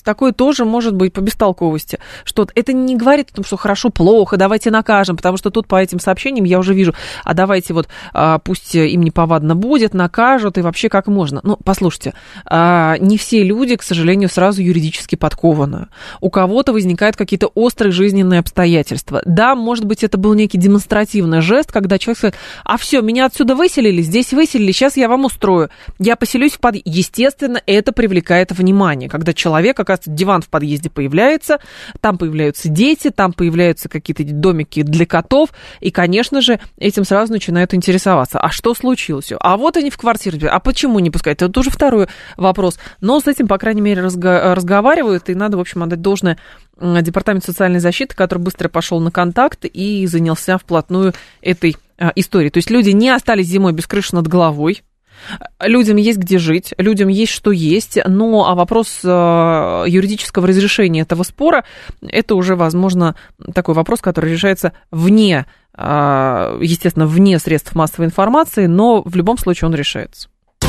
по бестолковости. Что это не говорит о том, что хорошо, плохо, давайте накажем, потому что тут по этим сообщениям я уже вижу, а давайте вот пусть им неповадно будет, накажут и вообще как можно. Ну, послушайте, не все люди, к сожалению, сразу юридически подкованы. У кого-то возникают какие-то острые жизненные обстоятельства. Да, может быть, это был некий демонстративный жест, когда человек сказал, а все, меня отсюда выселили, здесь выселили, сейчас я вам устрою. Я поселюсь в подъезде. Естественно, это привлекает внимание. Когда человек, оказывается, диван в подъезде появляется, там появляются дети, там появляются какие-то домики для котов, и, конечно же, этим сразу начинают интересоваться. А что случилось? А вот они в квартире. А почему не пускают? Это уже второй вопрос. Но с этим, по крайней мере, разговаривают, и надо, в общем, отдать должное Департаменту социальной защиты, который быстро пошел на контакт и занялся вплотную этой историей. То есть люди не остались зимой без крыши над головой, людям есть где жить, людям есть что есть, но а вопрос юридического разрешения этого спора, это уже, возможно, такой вопрос, который решается вне, естественно, вне средств массовой информации, но в любом случае он решается.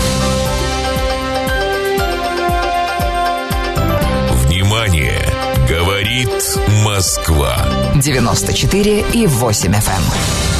Внимание! Говорит Москва. 94,8 FM.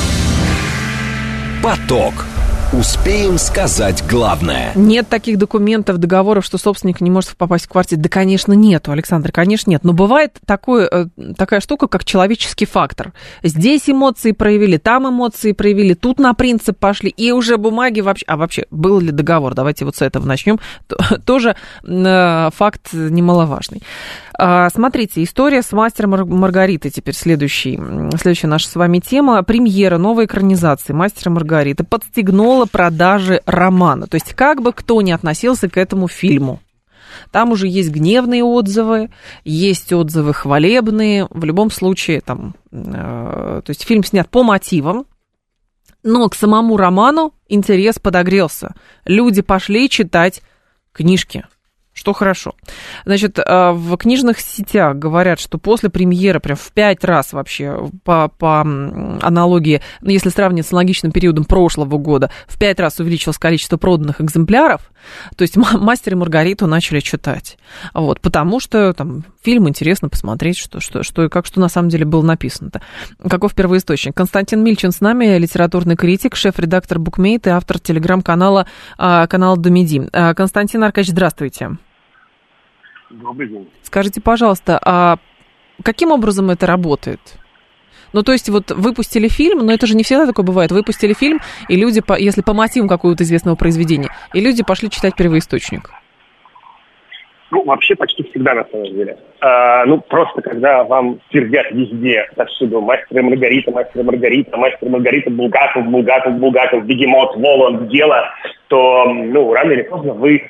Поток. Успеем сказать главное. Нет таких документов, договоров, что собственник не может попасть в квартиру. Да, конечно, нету, Александр, конечно, нет. Но бывает такая штука, как человеческий фактор. Здесь эмоции проявили, там эмоции проявили, тут на принцип пошли, и уже бумаги вообще... А вообще, был ли договор? Давайте вот с этого начнем. Тоже факт немаловажный. Смотрите, история с «Мастером и Маргаритой» теперь следующая наша с вами тема. Премьера новой экранизации «Мастера и Маргариты» подстегнула продажи романа. То есть как бы кто ни относился к этому фильму. Там уже есть гневные отзывы, есть отзывы хвалебные. В любом случае, то есть фильм снят по мотивам, но к самому роману интерес подогрелся. Люди пошли читать книжки. Что хорошо. Значит, в книжных сетях говорят, что после премьеры прям в 5 раз вообще по аналогии, если сравнивать с аналогичным периодом прошлого года, в 5 раз увеличилось количество проданных экземпляров, то есть «Мастер и Маргариту» начали читать. Вот, потому что там фильм интересно посмотреть, что и как, что на самом деле было написано-то. Каков первоисточник? Константин Мильчин с нами, литературный критик, шеф-редактор «Букмейт» и автор телеграм-канала «Домеди». Константин Аркадьевич, здравствуйте. Добрый день. Скажите, пожалуйста, а каким образом это работает? Ну, то есть вот выпустили фильм, но это же не всегда такое бывает. Выпустили фильм, и люди, если по мотивам какого-то известного произведения, и люди пошли читать первоисточник. Ну, вообще почти всегда, на самом деле. Просто когда вам твердят везде, отсюда «Мастер и Маргарита», «Мастер и Маргарита», «Мастер и Маргарита», Булгаков, Бегемот, Воланд, дело, то, рано или поздно вы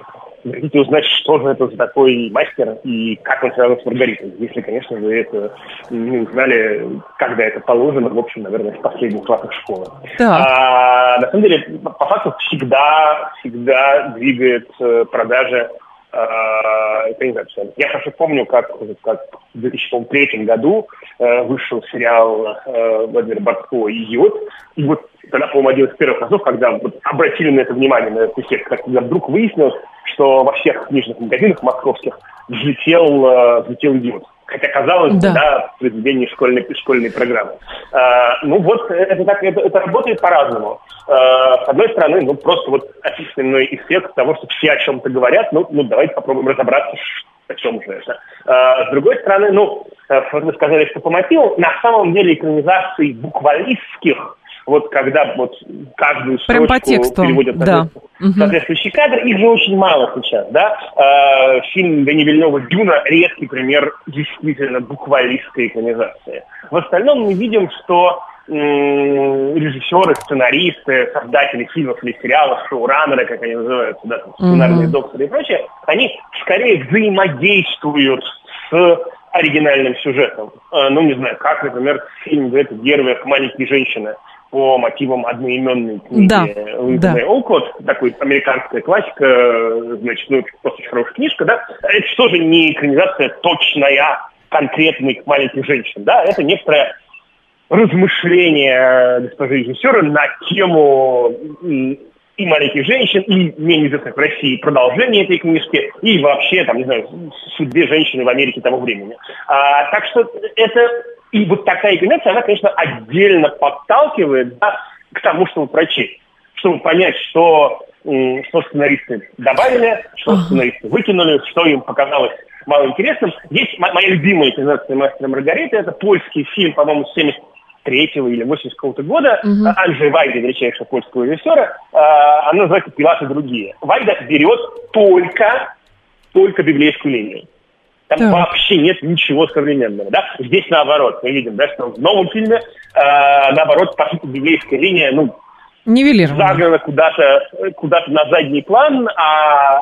хотите узнать, что же это за такой мастер и как он связан с Маргаритой. Если, конечно, вы это не узнали, когда это положено, в общем, наверное, в последних классах школы. Да. На самом деле, по факту, всегда двигает продажи экранизацию. Я хорошо помню, как в 2003 году вышел сериал Владимира Бортко «Идиот». И вот тогда, по-моему, один из первых разов, когда вот обратили на это внимание, на этот эффект, когда вдруг выяснилось, что во всех книжных магазинах московских взлетел «Идиот». Хотя, казалось бы, да, произведение школьной программы. Ну вот, это работает по-разному. С одной стороны, ну просто вот описанный эффект того, что все о чем-то говорят, ну давайте попробуем разобраться, о чем же это. С другой стороны, вы сказали, что по мотиву, на самом деле экранизаций буквалистских, вот когда вот каждую строчку переводят на соответствующий кадр, их же очень мало сейчас, да. Фильм Дени Вильнёва «Дюна» — редкий пример действительно буквалистской экранизации. В остальном мы видим, что режиссеры, сценаристы, создатели фильмов или сериалов, шоураннеры, как они называются, да, сценарные докторы и прочее, они скорее взаимодействуют с оригинальным сюжетом. Ну, не знаю, как, например, фильм Греты Гервиг «Маленькие женщины» по мотивам одноименной книги Уинстона Олкотт, такой американская классика, значит, просто очень хорошая книжка, да. Это что же не экранизация точная, конкретных маленьких женщин, да, это некоторое размышление госпожи режиссера на тему и маленьких женщин, и менее известных в России продолжение этой книжки, и вообще, там, не знаю, судьбе женщины в Америке того времени. Так что это, и вот такая экранизация, она, конечно, отдельно подталкивает, да, к тому, чтобы прочесть, чтобы понять, что сценаристы добавили, что сценаристы выкинули, что им показалось малоинтересным. Есть моя любимая экранизация «Мастера и Маргариты», это польский фильм, по-моему, 73-го или 80-го года, Анджей Вайда, величайшего польского режиссера, она называется «Пилат и другие». Вайда берет только библейскую линию. Там вообще нет ничего современного, да. Здесь наоборот, мы видим, да, что в новом фильме, наоборот, по сути, библейская линия, загнана куда-то на задний план, а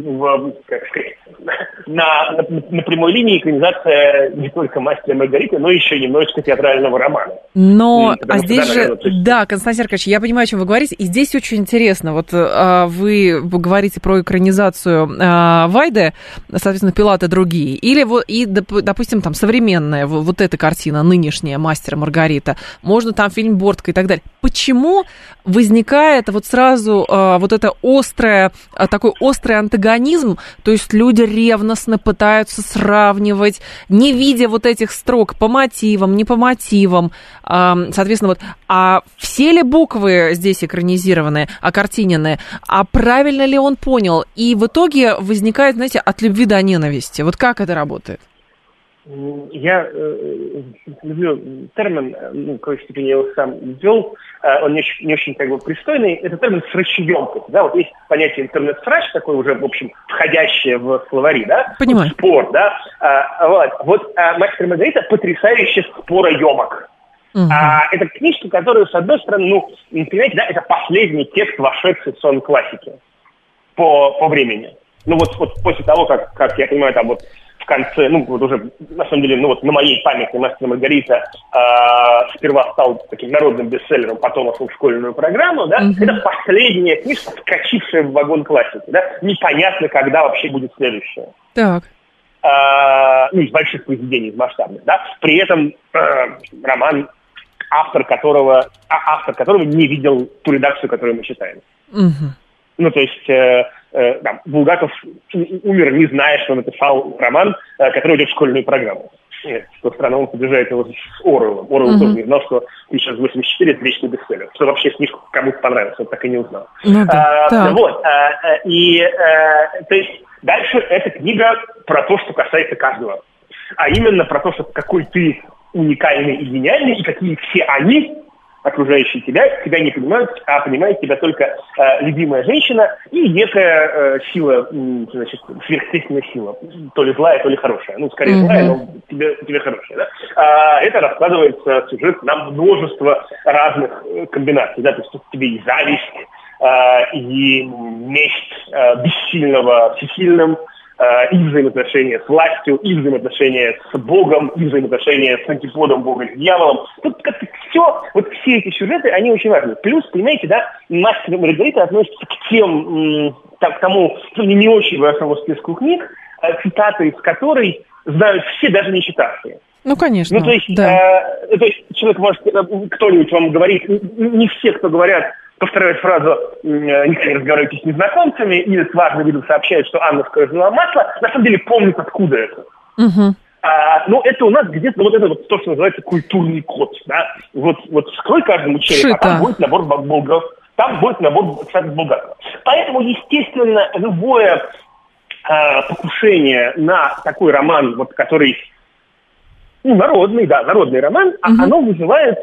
на прямой линии экранизация не только «Мастера и Маргариты», но еще немножечко театрального романа. Но, здесь же, да, Константин Аркадьевич, я понимаю, о чем вы говорите, и здесь очень интересно, вот вы говорите про экранизацию Вайды, соответственно, «Пилат и другие», или вот, и, допустим, там, современная, вот эта картина, нынешняя «Мастер и Маргарита», можно там фильм «Бортко» и так далее. Почему возникает вот сразу вот это такой острый антагонизм, то есть люди ревностно пытаются сравнивать, не видя вот этих строк по мотивам, не по мотивам, соответственно, вот, а все ли буквы здесь экранизированные, окартиненные, а правильно ли он понял, и в итоге возникает, знаете, от любви до ненависти, вот как это работает? Я люблю термин, в какой степени я его сам ввел, он не очень как бы пристойный, это термин «срачеемкость». Да? Вот есть понятие интернет-срач, такое уже, в общем, входящее в словари, да? Понимаю. Спор, да? Вот «Мастер и Маргарита» потрясающе спороемок. Это книжка, которая, с одной стороны, понимаете, да, это последний текст, вошедший в сон классики по времени. Вот после того, как я понимаю, там вот в конце, уже, на самом деле, на моей памяти «Мастер и Маргарита» сперва стал таким народным бестселлером, потом вошел в школьную программу, да, это последняя книжка, вскочившая в вагон классики, да, непонятно, когда вообще будет следующая. Так. Из больших произведений, из масштабных, да, при этом роман, автор которого не видел ту редакцию, которую мы читаем. То есть Булгаков умер, не зная, что написал роман, который идет в школьную программу. Что странно, он побежает его с Оруэллом. Оруэлл тоже не знал, что 1984 это вечный бестселлер. Что вообще книжку кому-то понравилось, он так и не узнал. То есть дальше эта книга про то, что касается каждого. А именно про то, что какой ты уникальный и гениальный, и какие все они, окружающие тебя не понимают, а понимает тебя только любимая женщина и некая сила, значит, сверхъестественная сила, то ли злая, то ли хорошая. Скорее злая, но тебе хорошая. Да? Это раскладывается сюжет на множество разных комбинаций. Да? То есть тут тебе и зависть, и месть бессильного всесильным, и взаимоотношения с властью, и взаимоотношения с Богом, и взаимоотношения с антиподом Бога, с дьяволом. Тут как-то все, вот все эти сюжеты, они очень важны. Плюс, понимаете, да, «Мастер и Маргарита» относится к тем, к тому, что не очень большому списку книг, цитаты из которой знают все, даже не читавшие. Ну, конечно. Ну, то есть, да. То есть человек может, кто-нибудь вам говорит, не все, кто говорят, повторяют фразу «никогда не разговаривайте с незнакомцами» или с важным видом сообщают, что Анна скрыла масло, на самом деле помнят, откуда это. Угу. Но это у нас где-то, вот это вот то, что называется культурный код. Да? Вот вскрой каждому череп, а там будет набор болгов, там будет набор, кстати, болгарского. Поэтому, естественно, любое покушение на такой роман, вот, который, народный роман, оно вызывает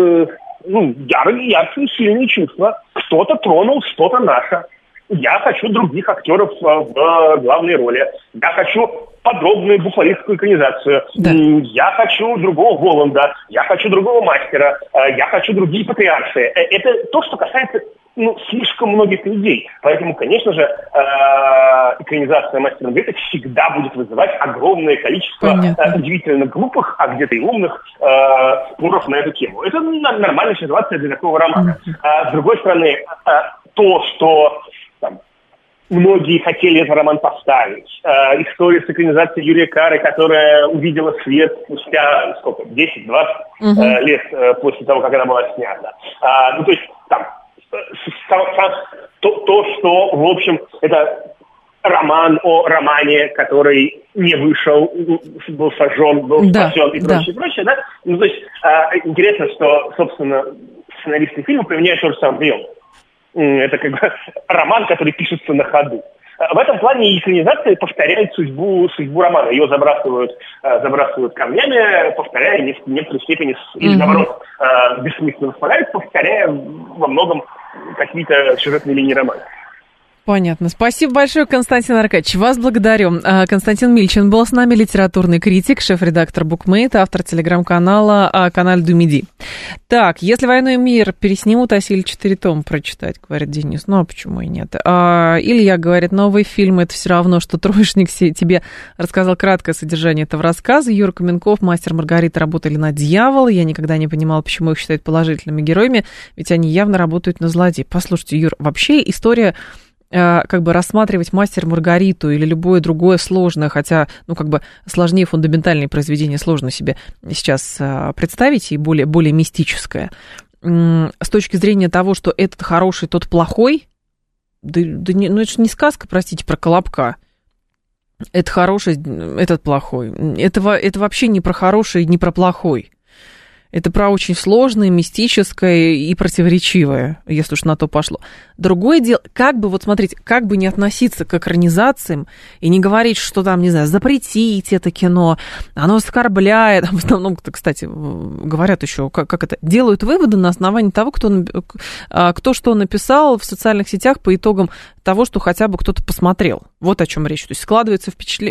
яркие, сильные чувства. Кто-то тронул что-то наше. Я хочу других актеров в главной роли. Я хочу подробную буфалистскую экранизацию. Да. Я хочу другого Воланда. Я хочу другого мастера. Я хочу другие патриарши. Это то, что касается слишком многих людей. Поэтому, конечно же, экранизация «Мастера и Маргариты» всегда будет вызывать огромное количество удивительно глупых, а где-то и умных споров на эту тему. Это нормальная ситуация для такого романа. С другой стороны, то, что многие хотели этот роман поставить. История с экранизацией Юрия Кары, которая увидела свет спустя 10-20 лет после того, как она была снята. То есть то, что, в общем, это роман о романе, который не вышел, был сожжен, был спасен и прочее, да? То есть интересно, что, собственно, сценаристы фильма применяют тот же самый прием. Это как бы роман, который пишется на ходу. В этом плане экранизация повторяет судьбу романа. Ее забрасывают камнями, повторяя в некоторой степени, или наоборот, бессмысленно вспоминают, повторяя во многом какие-то сюжетные линии романа. Понятно. Спасибо большое, Константин Аркадьевич. Вас благодарю. Константин Мильчин был с нами, литературный критик, шеф-редактор Bookmate, автор телеграм-канала «Каналь Думиди». Так, если «Войну и мир» переснимут, Асиль 4 тома прочитать, говорит Денис. Ну, а почему и нет? Илья говорит, новый фильм — это все равно, что троечник тебе рассказал краткое содержание этого рассказа. Юра Каменков, «Мастер и Маргарита» работали на дьявола. Я никогда не понимала, почему их считают положительными героями, ведь они явно работают на злодея. Послушайте, Юр, вообще история... как бы рассматривать «Мастер и Маргариту» или любое другое сложное, хотя, сложнее фундаментальные произведения сложно себе сейчас представить, и более мистическое. С точки зрения того, что этот хороший, тот плохой, это же не сказка, простите, про Колобка. Это хороший, этот плохой. Это вообще не про хороший, не про плохой. Это про очень сложное, мистическое и противоречивое, если уж на то пошло. Другое дело, как бы не относиться к экранизациям и не говорить, что там, не знаю, запретить это кино, оно оскорбляет. В основном, кстати, говорят еще, как это, делают выводы на основании того, кто что написал в социальных сетях по итогам того, что хотя бы кто-то посмотрел. Вот о чем речь. То есть складывается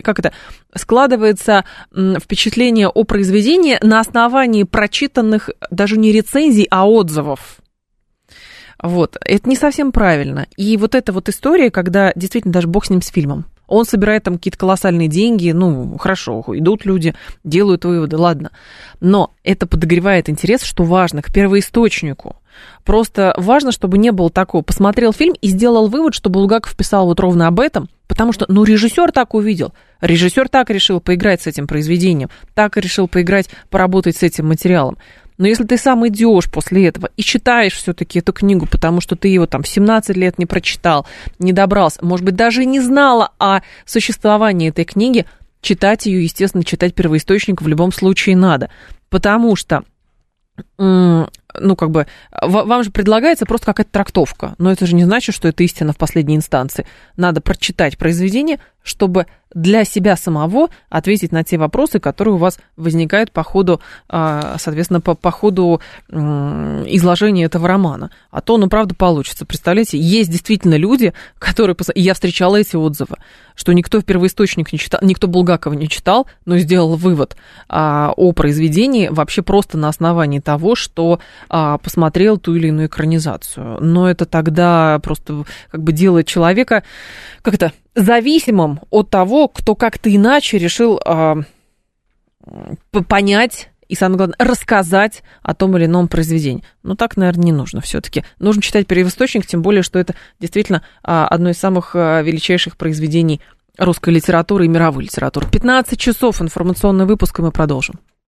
впечатление о произведении на основании прочитанных даже не рецензий, а отзывов. Вот. Это не совсем правильно. И вот эта вот история, когда действительно даже бог с ним, с фильмом. Он собирает там какие-то колоссальные деньги, хорошо, идут люди, делают выводы, ладно. Но это подогревает интерес, что важно, к первоисточнику. Просто важно, чтобы не было такого. Посмотрел фильм и сделал вывод, что Булгаков писал вот ровно об этом, потому что, режиссер так увидел. Режиссер так решил поиграть с этим произведением, так решил поработать с этим материалом. Но если ты сам идешь после этого и читаешь все-таки эту книгу, потому что ты его там в 17 лет не прочитал, не добрался, может быть, даже и не знала о существовании этой книги, читать ее, естественно, читать первоисточник в любом случае надо. Потому что, вам же предлагается просто какая-то трактовка. Но это же не значит, что это истина в последней инстанции. Надо прочитать произведение, чтобы для себя самого ответить на те вопросы, которые у вас возникают по ходу, соответственно, по ходу изложения этого романа. А то, ну, правда, получится. Представляете, есть действительно люди, которые... И я встречала эти отзывы, что никто первоисточник не читал, никто Булгакова не читал, но сделал вывод о произведении вообще просто на основании того, что посмотрел ту или иную экранизацию. Но это тогда просто как бы делает человека зависимым от того, кто как-то иначе решил понять и, самое главное, рассказать о том или ином произведении. Но так, наверное, не нужно все-таки. Нужно читать первоисточник, тем более, что это действительно одно из самых величайших произведений русской литературы и мировой литературы. 15 часов, информационный выпуск, и мы продолжим.